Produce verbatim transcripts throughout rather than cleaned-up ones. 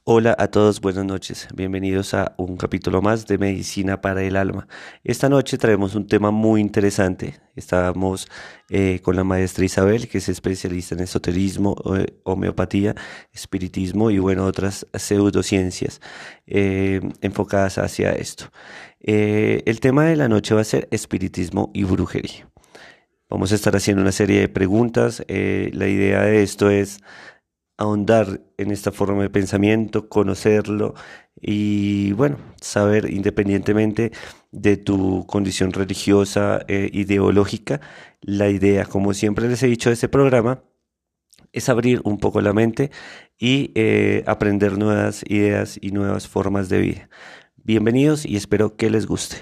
Hola a todos, buenas noches. Bienvenidos a un capítulo más de Medicina para el Alma. Esta noche traemos un tema muy interesante. Estamos eh, con la maestra Isabel, que es especialista en esoterismo, eh, homeopatía, espiritismo y bueno, otras pseudociencias eh, enfocadas hacia esto. Eh, el tema de la noche va a ser espiritismo y brujería. Vamos a estar haciendo una serie de preguntas. Eh, la idea de esto es ahondar en esta forma de pensamiento, conocerlo y bueno, saber independientemente de tu condición religiosa, eh, ideológica, la idea, como siempre les he dicho de este programa, es abrir un poco la mente y eh, aprender nuevas ideas y nuevas formas de vida. Bienvenidos y espero que les guste.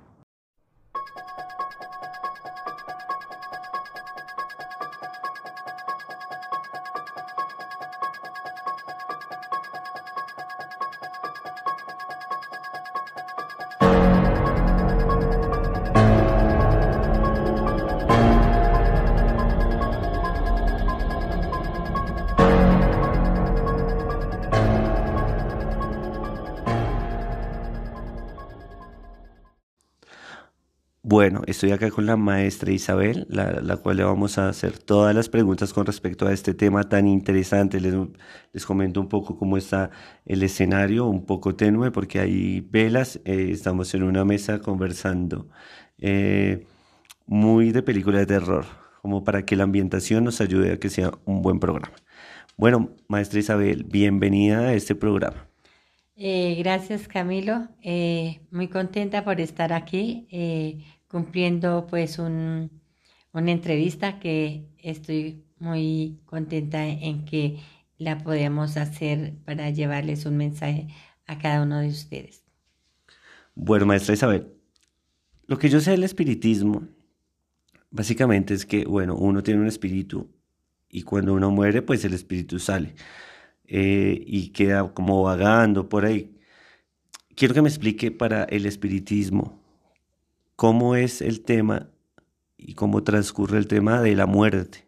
Bueno, estoy acá con la maestra Isabel, la, la cual le vamos a hacer todas las preguntas con respecto a este tema tan interesante. Les, les comento un poco cómo está el escenario, un poco tenue, porque hay velas, eh, estamos en una mesa conversando, eh, muy de película de terror, como para que la ambientación nos ayude a que sea un buen programa. Bueno, maestra Isabel, bienvenida a este programa. Eh, gracias, Camilo. Eh, muy contenta por estar aquí, eh, cumpliendo pues un, una entrevista que estoy muy contenta en que la podemos hacer para llevarles un mensaje a cada uno de ustedes. Bueno, maestra Isabel, lo que yo sé del espiritismo básicamente es que, bueno, uno tiene un espíritu y cuando uno muere, pues el espíritu sale eh, y queda como vagando por ahí. Quiero que me explique para el espiritismo cómo es el tema y cómo transcurre el tema de la muerte.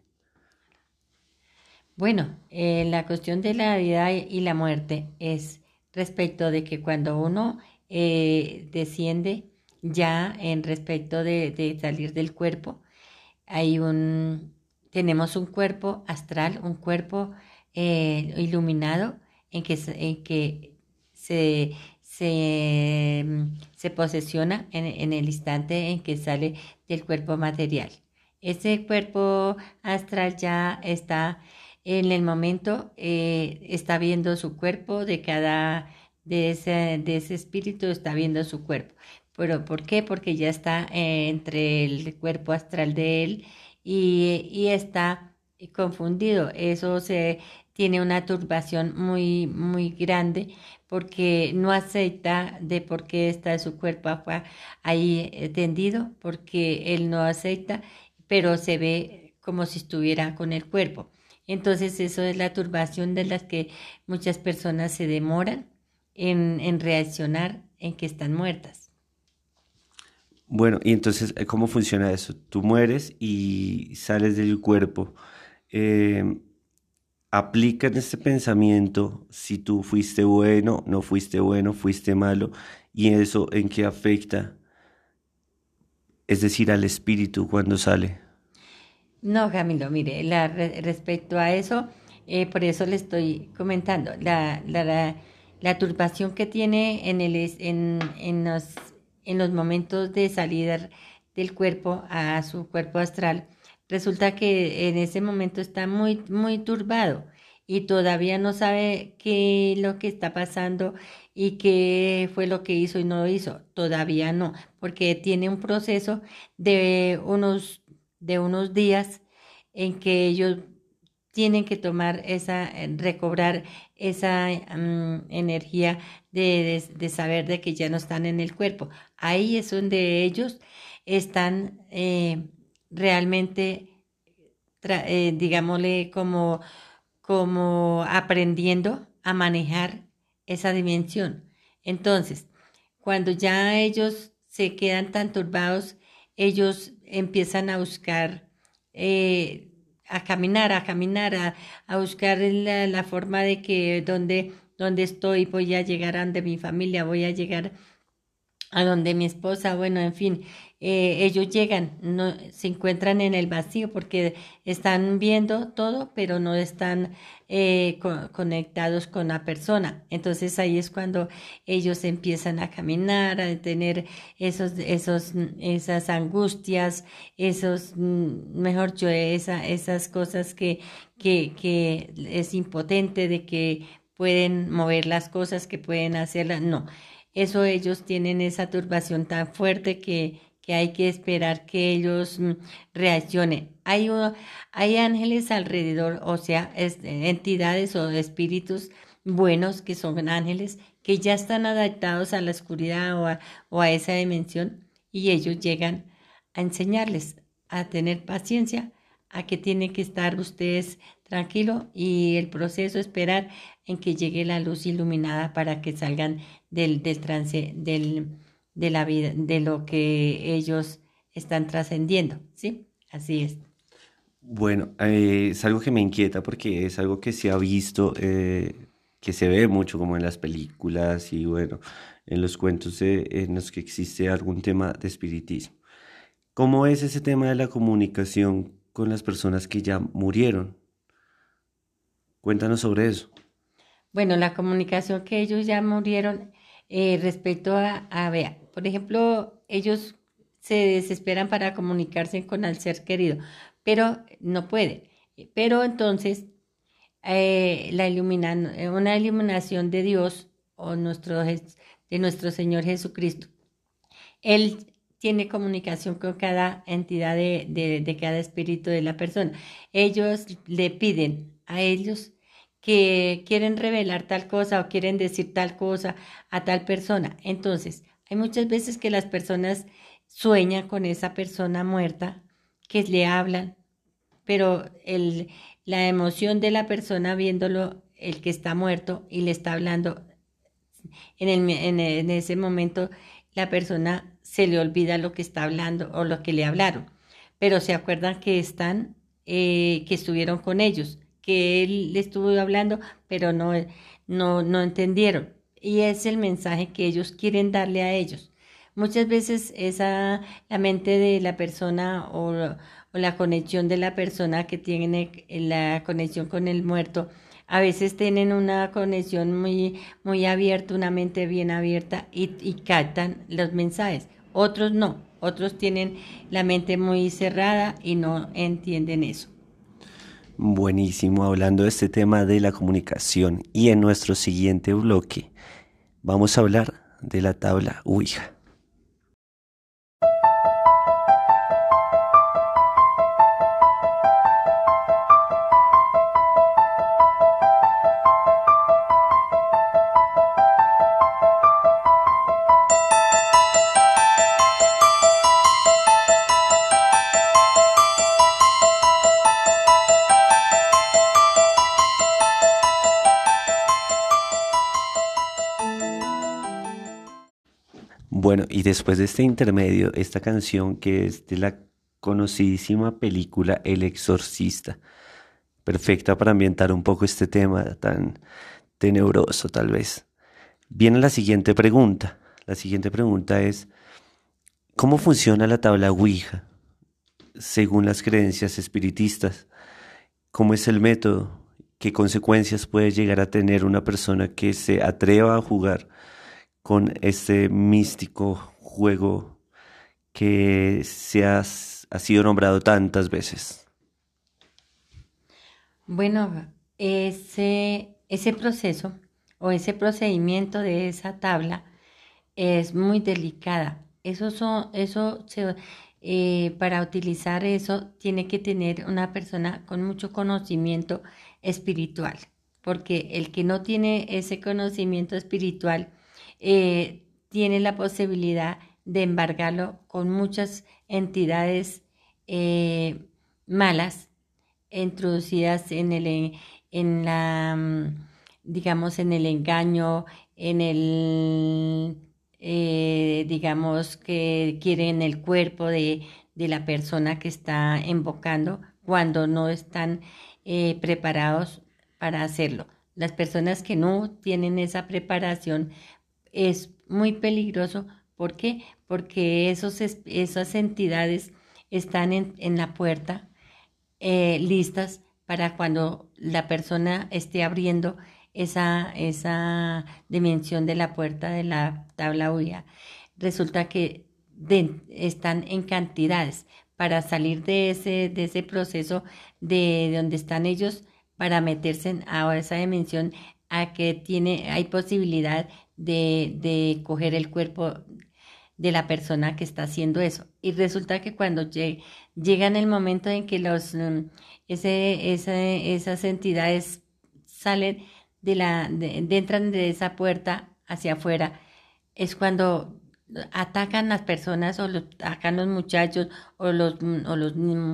Bueno, eh, la cuestión de la vida y la muerte es respecto de que cuando uno eh, desciende ya en respecto de, de salir del cuerpo, hay un, tenemos un cuerpo astral, un cuerpo eh, iluminado en que, se- en que se, se, mm, se posesiona en, en el instante en que sale del cuerpo material. Ese cuerpo astral ya está en el momento, eh, está viendo su cuerpo de cada, de ese, de ese espíritu está viendo su cuerpo. ¿Pero por qué? Porque ya está eh, entre el cuerpo astral de él y, y está confundido. Eso se tiene una turbación muy, muy grande porque no acepta de por qué está su cuerpo afuera ahí eh, tendido, porque él no acepta, pero se ve como si estuviera con el cuerpo. Entonces eso es la turbación de las que muchas personas se demoran en, en reaccionar en que están muertas. Bueno, y entonces, eh, ¿cómo funciona eso? Tú mueres y sales del cuerpo. Eh, Aplican este pensamiento si tú fuiste bueno, no fuiste bueno, fuiste malo, y eso en qué afecta, es decir, al espíritu cuando sale. No, Camilo, mire, la, re- respecto a eso, eh, por eso le estoy comentando, la, la, la, la turbación que tiene en, el, es- en, en, los, en los momentos de salida del cuerpo a su cuerpo astral, resulta que en ese momento está muy, muy turbado y todavía no sabe qué es lo que está pasando y qué fue lo que hizo y no hizo. Todavía no, porque tiene un proceso de unos de unos días en que ellos tienen que tomar esa, eh, recobrar esa mm, energía de, de- de saber de que ya no están en el cuerpo. Ahí es donde ellos están eh, realmente, tra- eh, digámosle, como, como aprendiendo a manejar esa dimensión. Entonces, cuando ya ellos se quedan tan turbados, ellos empiezan a buscar, eh, a caminar, a caminar, a, a buscar la, la forma de que donde, donde estoy voy a llegar a donde mi familia, voy a llegar a donde mi esposa, bueno, en fin, eh, ellos llegan, no, se encuentran en el vacío porque están viendo todo, pero no están eh, co- conectados con la persona. Entonces ahí es cuando ellos empiezan a caminar, a tener esos, esos, mm, esas angustias, esos, mm, mejor yo, esa, esas cosas que, que, que es impotente de que pueden mover las cosas, que pueden hacerlas, no. Eso ellos tienen esa turbación tan fuerte que, que hay que esperar que ellos mm, reaccionen. Hay, u- hay ángeles alrededor, o sea, es- entidades o espíritus buenos que son ángeles que ya están adaptados a la oscuridad o a, o a esa dimensión y ellos llegan a enseñarles a tener paciencia, a que tienen que estar ustedes tranquilos y el proceso esperar en que llegue la luz iluminada para que salgan del, del trance, del, de la vida, de lo que ellos están trascendiendo, ¿sí? Así es. Bueno, eh, es algo que me inquieta porque es algo que se ha visto, eh, que se ve mucho como en las películas y bueno, en los cuentos eh, en los que existe algún tema de espiritismo. ¿Cómo es ese tema de la comunicación con las personas que ya murieron? Cuéntanos sobre eso. Bueno, la comunicación que ellos ya murieron eh, respecto a, a, vea, por ejemplo, ellos se desesperan para comunicarse con el ser querido, pero no pueden. Pero entonces, eh, la iluminan, eh, una iluminación de Dios o nuestro, Jes- de nuestro Señor Jesucristo. Él tiene comunicación con cada entidad de, de, de cada espíritu de la persona. Ellos le piden a ellos que quieren revelar tal cosa o quieren decir tal cosa a tal persona. Entonces, hay muchas veces que las personas sueñan con esa persona muerta, que le hablan, pero el, la emoción de la persona viéndolo, el que está muerto y le está hablando, en, el, en, en ese momento la persona se le olvida lo que está hablando o lo que le hablaron, pero se acuerdan que están, eh, que estuvieron con ellos, que él le estuvo hablando, pero no, no, no entendieron. Y es el mensaje que ellos quieren darle a ellos. Muchas veces esa, la mente de la persona o, o la conexión de la persona que tiene la conexión con el muerto, a veces tienen una conexión muy, muy abierta, una mente bien abierta y, y captan los mensajes. Otros no, otros tienen la mente muy cerrada y no entienden eso. Buenísimo, hablando de este tema de la comunicación y en nuestro siguiente bloque vamos a hablar de la tabla Ouija. Bueno, y después de este intermedio, esta canción que es de la conocidísima película El Exorcista, perfecta para ambientar un poco este tema tan tenebroso tal vez. Viene la siguiente pregunta. La siguiente pregunta es, ¿cómo funciona la tabla Ouija según las creencias espiritistas? ¿Cómo es el método? ¿Qué consecuencias puede llegar a tener una persona que se atreva a jugar con este místico juego que se ha, ha sido nombrado tantas veces? Bueno, ese, ese proceso o ese procedimiento de esa tabla es muy delicada. Eso, son, eso se, eh, para utilizar eso tiene que tener una persona con mucho conocimiento espiritual, porque el que no tiene ese conocimiento espiritual eh, tiene la posibilidad de embargarlo con muchas entidades eh, malas introducidas en el en, en la mm, digamos en el engaño, en el eh, digamos que quieren el cuerpo de, de la persona que está invocando cuando no están eh, preparados para hacerlo. Las personas que no tienen esa preparación es muy peligroso. ¿Por qué? Porque esos, esas entidades están en, en la puerta eh, listas para cuando la persona esté abriendo esa, esa dimensión de la puerta de la tabla Ouija. Resulta que de, están en cantidades para salir de ese, de ese proceso de, de donde están ellos para meterse a esa dimensión a que tiene, hay posibilidad de, de coger el cuerpo de la persona que está haciendo eso. Y resulta que cuando lleg, llegan el momento en que los, um, ese, ese, esas entidades salen de la, de, de, entran de esa puerta hacia afuera, es cuando atacan las personas o los, atacan los muchachos o los, o los,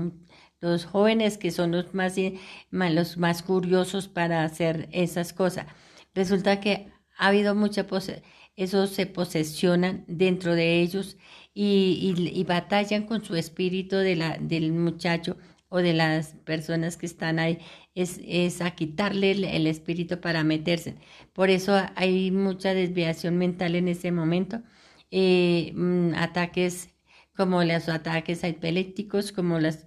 los jóvenes que son los más, los más curiosos para hacer esas cosas. Resulta que ha habido mucha posesión. Esos se posesionan dentro de ellos y, y, y batallan con su espíritu de la, del muchacho o de las personas que están ahí, es, es a quitarle el, el espíritu para meterse. Por eso hay mucha desviación mental en ese momento, eh, ataques como los ataques epilépticos, como las,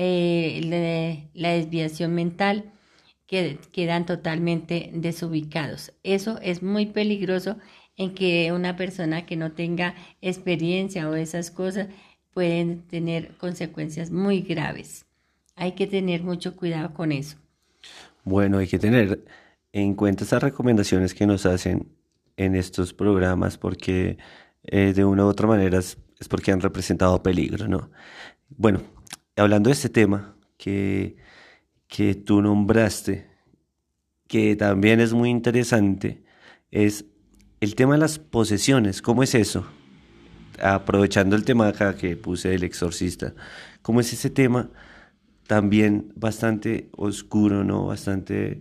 eh, la, la desviación mental, que quedan totalmente desubicados. Eso es muy peligroso, en que una persona que no tenga experiencia o esas cosas pueden tener consecuencias muy graves. Hay que tener mucho cuidado con eso. Bueno, hay que tener en cuenta esas recomendaciones que nos hacen en estos programas porque eh, de una u otra manera es, es porque han representado peligro, ¿no? Bueno, hablando de este tema que, que tú nombraste, que también es muy interesante, es el tema de las posesiones. ¿Cómo es eso? Aprovechando el tema acá que puse del exorcista, ¿cómo es ese tema también bastante oscuro, ¿no? Bastante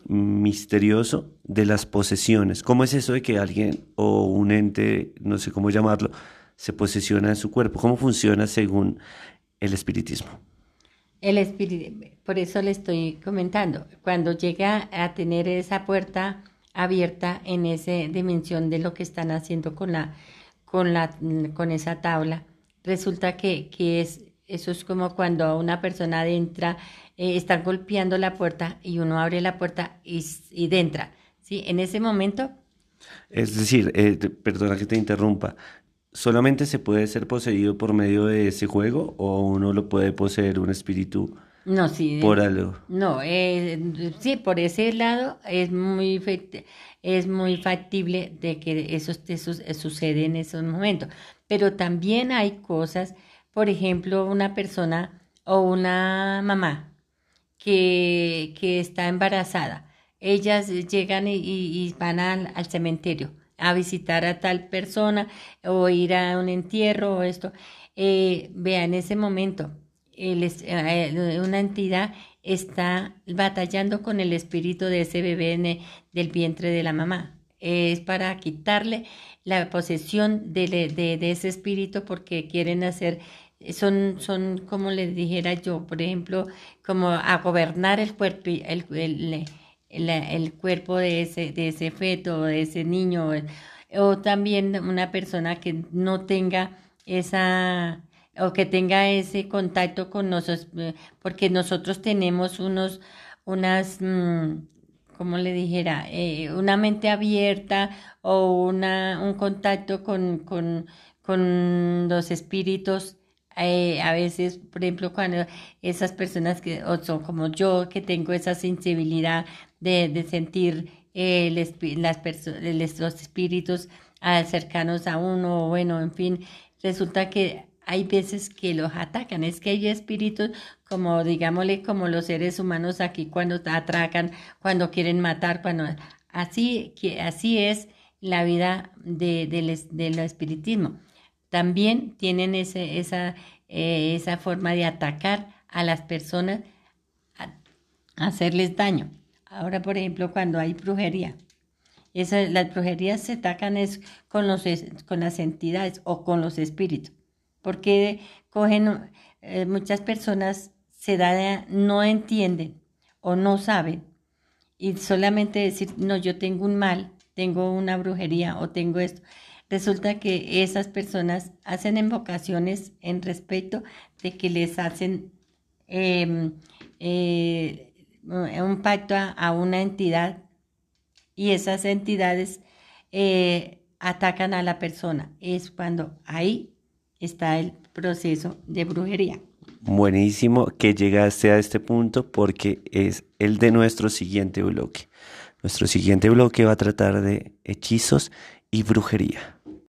misterioso de las posesiones? ¿Cómo es eso de que alguien o un ente, no sé cómo llamarlo, se posesiona en su cuerpo? ¿Cómo funciona según el espiritismo? El espíritu, por eso le estoy comentando, cuando llega a tener esa puerta abierta en esa dimensión de lo que están haciendo con la, con la, con esa tabla, resulta que, que es, eso es como cuando una persona entra, eh, está golpeando la puerta y uno abre la puerta y, y entra, ¿sí? En ese momento. Es decir, eh, te, perdona que te interrumpa, ¿solamente se puede ser poseído por medio de ese juego o uno lo puede poseer un espíritu no, sí, por algo? No, eh, sí, por ese lado es muy es muy factible de que eso, eso sucede en esos momentos. Pero también hay cosas, por ejemplo, una persona o una mamá que, que está embarazada. Ellas llegan y, y van al, al cementerio a visitar a tal persona o ir a un entierro o esto. Eh, vea, en ese momento, el, eh, una entidad está batallando con el espíritu de ese bebé en el, del vientre de la mamá. Es para quitarle la posesión de, de, de ese espíritu porque quieren hacer, son, son como les dijera yo, por ejemplo, como a gobernar el cuerpo, el, el, el, el cuerpo de ese, de ese feto, de ese niño, o también una persona que no tenga esa o que tenga ese contacto con nosotros, porque nosotros tenemos unos, unas, mmm, como le dijera, eh, una mente abierta o una, un contacto con, con, con los espíritus. Eh, a veces, por ejemplo, cuando esas personas que, o son como yo, que tengo esa sensibilidad de, de sentir eh, el, las los espíritus ah, cercanos a uno, bueno, en fin, resulta que hay veces que los atacan, es que hay espíritus como, digámosle, como los seres humanos aquí cuando atracan, cuando quieren matar, cuando así, que, así es la vida de, de, del espiritismo. También tienen ese, esa, eh, esa forma de atacar a las personas, a, a hacerles daño. Ahora, por ejemplo, cuando hay brujería, esa, las brujerías se atacan es con, los, con las entidades o con los espíritus. Porque cogen, eh, muchas personas se da, no entienden o no saben, y solamente decir, no, yo tengo un mal, tengo una brujería o tengo esto. Resulta que esas personas hacen invocaciones en respecto de que les hacen eh, eh, un pacto a, a una entidad, y esas entidades eh, atacan a la persona. Es cuando ahí está el proceso de brujería. Buenísimo que llegaste a este punto porque es el de nuestro siguiente bloque. Nuestro siguiente bloque va a tratar de hechizos y brujería.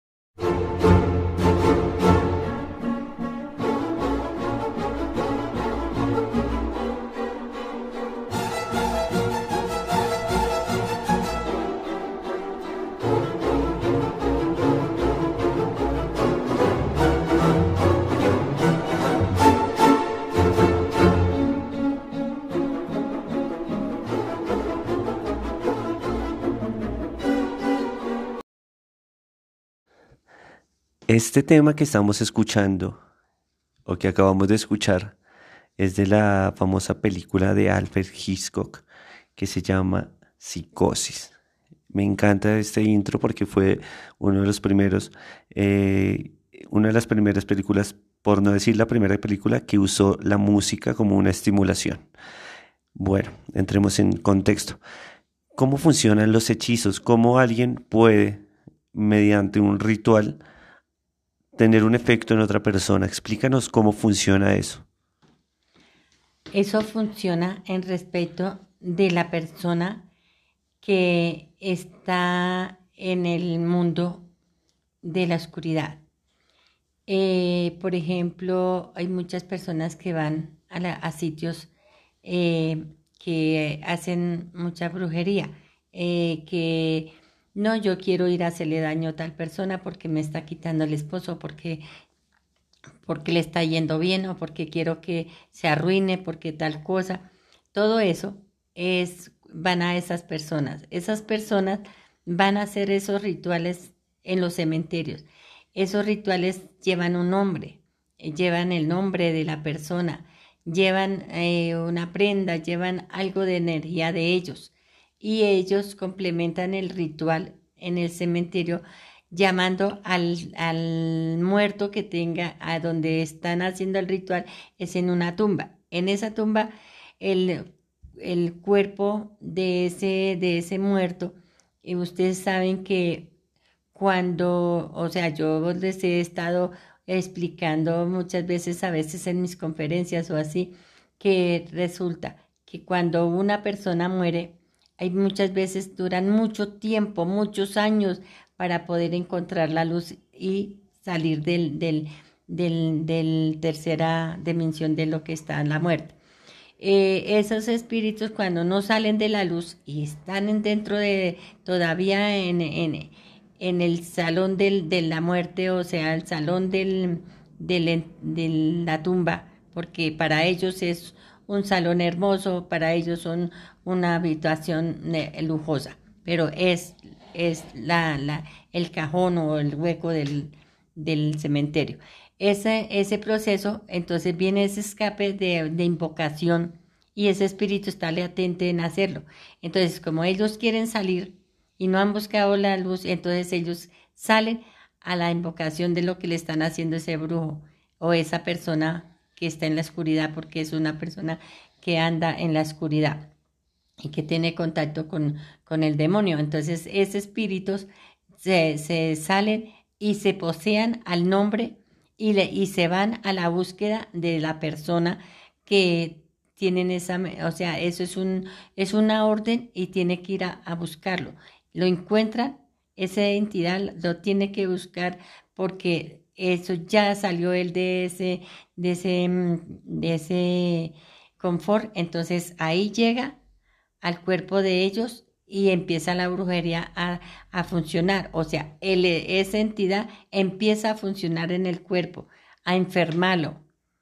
Este tema que estamos escuchando o que acabamos de escuchar es de la famosa película de Alfred Hitchcock que se llama Psicosis. Me encanta este intro porque fue uno de los primeros, eh, una de las primeras películas, por no decir la primera película, que usó la música como una estimulación. Bueno, entremos en contexto. ¿Cómo funcionan los hechizos? ¿Cómo alguien puede, mediante un ritual, tener un efecto en otra persona? Explícanos cómo funciona eso. Eso funciona en respecto de la persona que está en el mundo de la oscuridad. Eh, por ejemplo, hay muchas personas que van a, la, a sitios eh, que hacen mucha brujería, eh, que no, yo quiero ir a hacerle daño a tal persona porque me está quitando el esposo, porque, porque le está yendo bien o porque quiero que se arruine, porque tal cosa. Todo eso es, van a esas personas. Esas personas van a hacer esos rituales en los cementerios. Esos rituales llevan un nombre, llevan el nombre de la persona, llevan eh, una prenda, llevan algo de energía de ellos. Y ellos complementan el ritual en el cementerio llamando al, al muerto que tenga, a donde están haciendo el ritual, es en una tumba. En esa tumba, el, el cuerpo de ese, de ese muerto, y ustedes saben que cuando, o sea, yo les he estado explicando muchas veces, a veces en mis conferencias o así, que resulta que cuando una persona muere, hay muchas veces duran mucho tiempo, muchos años para poder encontrar la luz y salir del, del, del, del tercera dimensión de lo que está en la muerte. Eh, esos espíritus cuando no salen de la luz y están dentro de, todavía en, en, en el salón del, de la muerte, o sea, el salón del, del, de la tumba, porque para ellos es un salón hermoso, para ellos son una habitación eh, lujosa, pero es, es la, la, el cajón o el hueco del, del cementerio. Ese, ese proceso, entonces viene ese escape de, de invocación y ese espíritu está latente en hacerlo. Entonces, como ellos quieren salir y no han buscado la luz, entonces ellos salen a la invocación de lo que le están haciendo ese brujo o esa persona que está en la oscuridad, porque es una persona que anda en la oscuridad y que tiene contacto con, con el demonio. Entonces, esos espíritus se, se salen y se posean al nombre y, le, y se van a la búsqueda de la persona que tienen esa, o sea, eso es, un, es una orden y tiene que ir a, a buscarlo. Lo encuentran, esa entidad lo tiene que buscar porque eso ya salió él de ese, de ese, de ese confort, entonces ahí llega al cuerpo de ellos y empieza la brujería a, a funcionar, o sea, el, esa entidad empieza a funcionar en el cuerpo, a enfermarlo,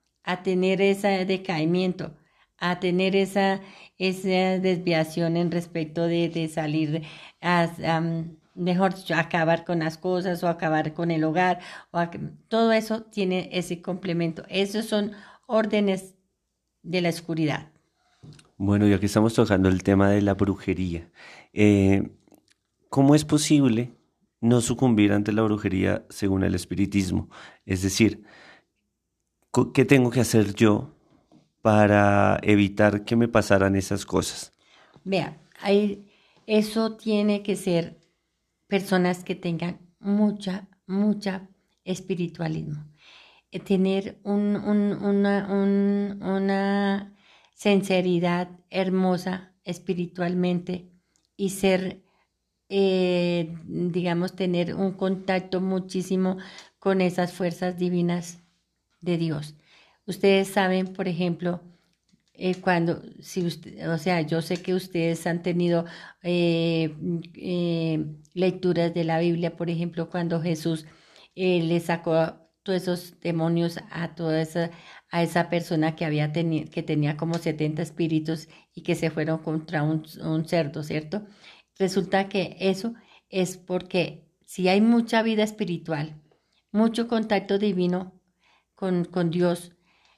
a tener ese decaimiento, a tener esa, esa desviación en respecto de, de salir, a, a, mejor dicho, a acabar con las cosas o acabar con el hogar, o a, todo eso tiene ese complemento. Esos son órdenes de la oscuridad. Bueno, ya que estamos tocando el tema de la brujería, eh, ¿cómo es posible no sucumbir ante la brujería según el espiritismo? Es decir, co- ¿qué tengo que hacer yo para evitar que me pasaran esas cosas? Vea, hay, eso tiene que ser personas que tengan mucha, mucha espiritualismo. Eh, tener un- un- una, un- una sinceridad hermosa espiritualmente y ser, eh, digamos, tener un contacto muchísimo con esas fuerzas divinas de Dios. Ustedes saben, por ejemplo, eh, cuando, si usted, o sea, yo sé que ustedes han tenido eh, eh, lecturas de la Biblia, por ejemplo, cuando Jesús eh, le sacó todos esos demonios a toda esa, a esa persona que había tenido, que tenía como setenta espíritus y que se fueron contra un, un cerdo, ¿cierto? Resulta que eso es porque si hay mucha vida espiritual, mucho contacto divino con, con Dios,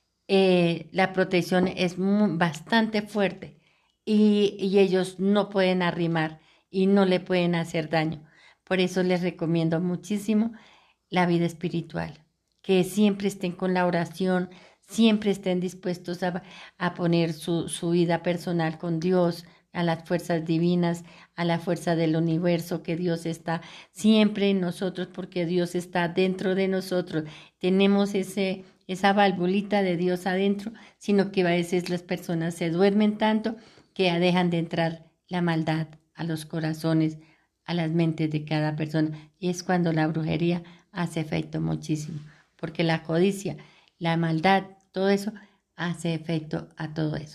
eh, la protección es mu- bastante fuerte y, y ellos no pueden arrimar y no le pueden hacer daño. Por eso les recomiendo muchísimo la vida espiritual, que siempre estén con la oración, siempre estén dispuestos a, a poner su, su vida personal con Dios, a las fuerzas divinas, a la fuerza del universo, que Dios está siempre en nosotros, porque Dios está dentro de nosotros. Tenemos ese, esa valvulita de Dios adentro, sino que a veces las personas se duermen tanto que dejan de entrar la maldad a los corazones, a las mentes de cada persona. Y es cuando la brujería hace efecto muchísimo, porque la codicia, la maldad, todo eso hace efecto a todo eso.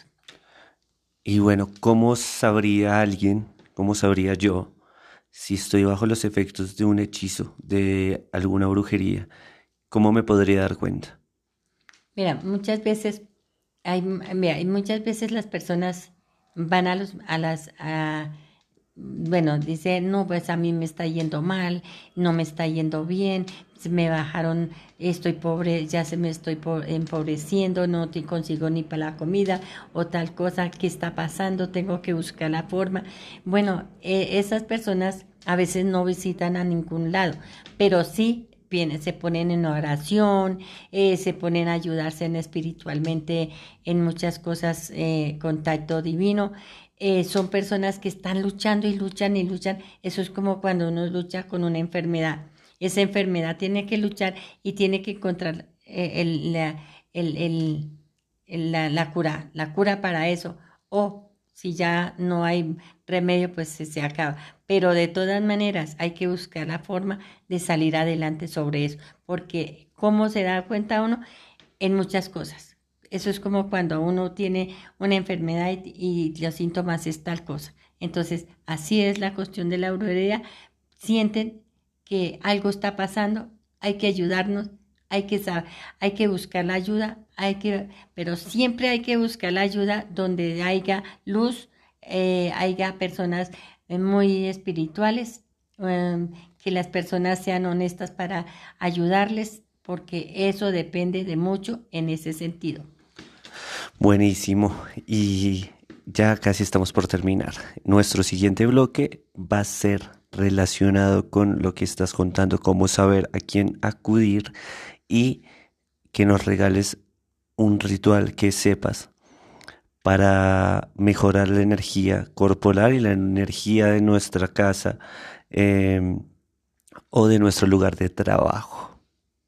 Y bueno, ¿cómo sabría alguien, cómo sabría yo si estoy bajo los efectos de un hechizo, de alguna brujería? ¿Cómo me podría dar cuenta? Mira, muchas veces hay, mira, hay muchas veces las personas van a los, a las, a, bueno, dice, no, pues a mí me está yendo mal, no me está yendo bien, se me bajaron, estoy pobre, ya se me estoy po- empobreciendo, no te consigo ni para la comida o tal cosa, ¿qué está pasando? Tengo que buscar la forma. Bueno, eh, esas personas a veces no visitan a ningún lado, pero sí vienen, se ponen en oración, eh, se ponen a ayudarse en espiritualmente en muchas cosas, eh, contacto divino. Eh, son personas que están luchando y luchan y luchan. Eso es como cuando uno lucha con una enfermedad. Esa enfermedad tiene que luchar y tiene que encontrar eh, el, la, el, el- el- la, la cura, la cura para eso. O si ya no hay remedio, pues se, se acaba. Pero de todas maneras hay que buscar la forma de salir adelante sobre eso, porque ¿cómo se da cuenta uno? En muchas cosas. Eso es como cuando uno tiene una enfermedad y, y los síntomas es tal cosa. Entonces, así es la cuestión de la brujería. Sienten que algo está pasando, hay que ayudarnos, hay que saber, hay que buscar la ayuda, hay que, pero siempre hay que buscar la ayuda donde haya luz, eh, haya personas eh, muy espirituales, em, que las personas sean honestas para ayudarles, porque eso depende de mucho en ese sentido. Buenísimo. Y ya casi estamos por terminar. Nuestro siguiente bloque va a ser relacionado con lo que estás contando, cómo saber a quién acudir y que nos regales un ritual que sepas para mejorar la energía corporal y la energía de nuestra casa em, o de nuestro lugar de trabajo.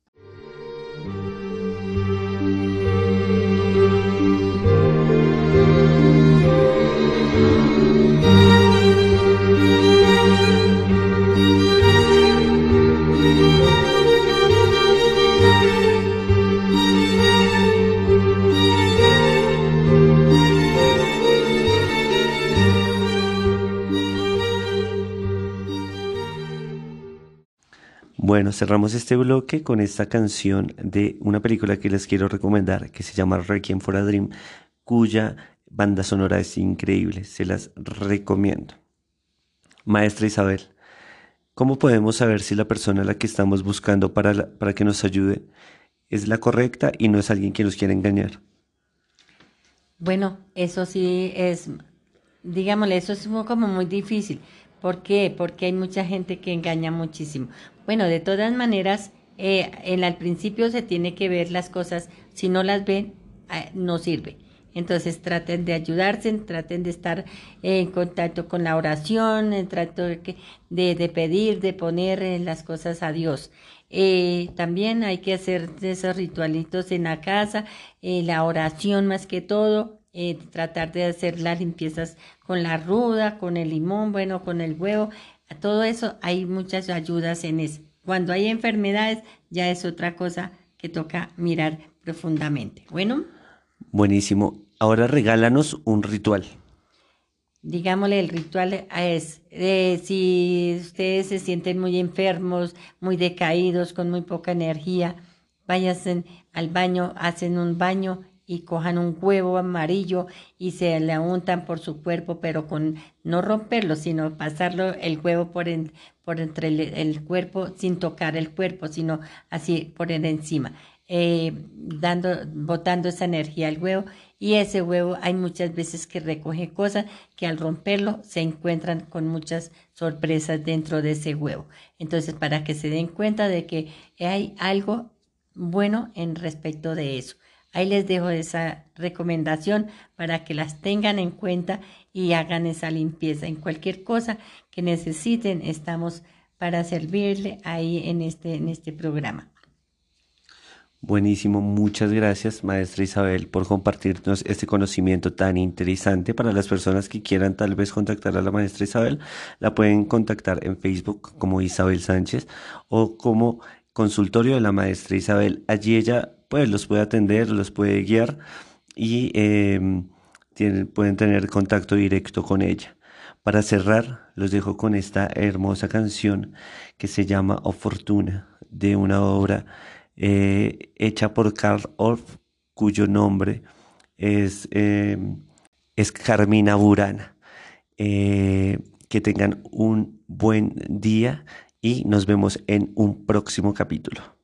Bueno, cerramos este bloque con esta canción de una película que les quiero recomendar que se llama Requiem for a Dream, cuya banda sonora es increíble, se las recomiendo. Maestra Isabel, ¿cómo podemos saber si la persona a la que estamos buscando para, la- para que nos ayude es la correcta y no es alguien que nos quiere engañar? Bueno, eso sí es, digámosle, eso es mu- como muy difícil. ¿Por qué? Porque hay mucha gente que engaña muchísimo. Bueno, de todas maneras, eh, en, al principio se tiene que ver las cosas. Si no las ven, eh, no sirve. Entonces traten de ayudarse, traten de estar en contacto con la oración, en trato de, que- de, de pedir, de poner eh, las cosas a Dios. Eh, también hay que hacer esos ritualitos en la casa, eh, la oración más que todo, eh, tratar de hacer las limpiezas con la ruda, con el limón, bueno, con el huevo, a todo eso hay muchas ayudas en eso. Cuando hay enfermedades ya es otra cosa que toca mirar profundamente. Bueno, Buenísimo. Ahora regálanos un ritual. digámosle, el ritual es, eh, si ustedes se sienten muy enfermos, muy decaídos, con muy poca energía, váyanse al baño, hacen un baño y cojan un huevo amarillo y se le untan por su cuerpo, pero con no romperlo, sino pasarlo el huevo por, en- por entre el, el cuerpo sin tocar el cuerpo, sino así por el encima, eh, dando, botando esa energía al huevo. Y ese huevo hay muchas veces que recoge cosas que al romperlo se encuentran con muchas sorpresas dentro de ese huevo. Entonces, para que se den cuenta de que hay algo bueno en respecto de eso. Ahí les dejo esa recomendación para que las tengan en cuenta y hagan esa limpieza. En cualquier cosa que necesiten, estamos para servirle ahí en este, en este programa. Buenísimo, muchas gracias, maestra Isabel, por compartirnos este conocimiento tan interesante. Para las personas que quieran tal vez contactar a la maestra Isabel, la pueden contactar en Facebook como Isabel Sánchez o como consultorio de la maestra Isabel. Allí ella pues los puede atender, los puede guiar y em, tienen- pueden tener contacto directo con ella. Para cerrar, los dejo con esta hermosa canción que se llama O Fortuna, de una obra eh, hecha por Karl Orff, cuyo nombre es, eh, es Carmina Burana. Eh, que tengan un buen día y nos vemos en un próximo capítulo.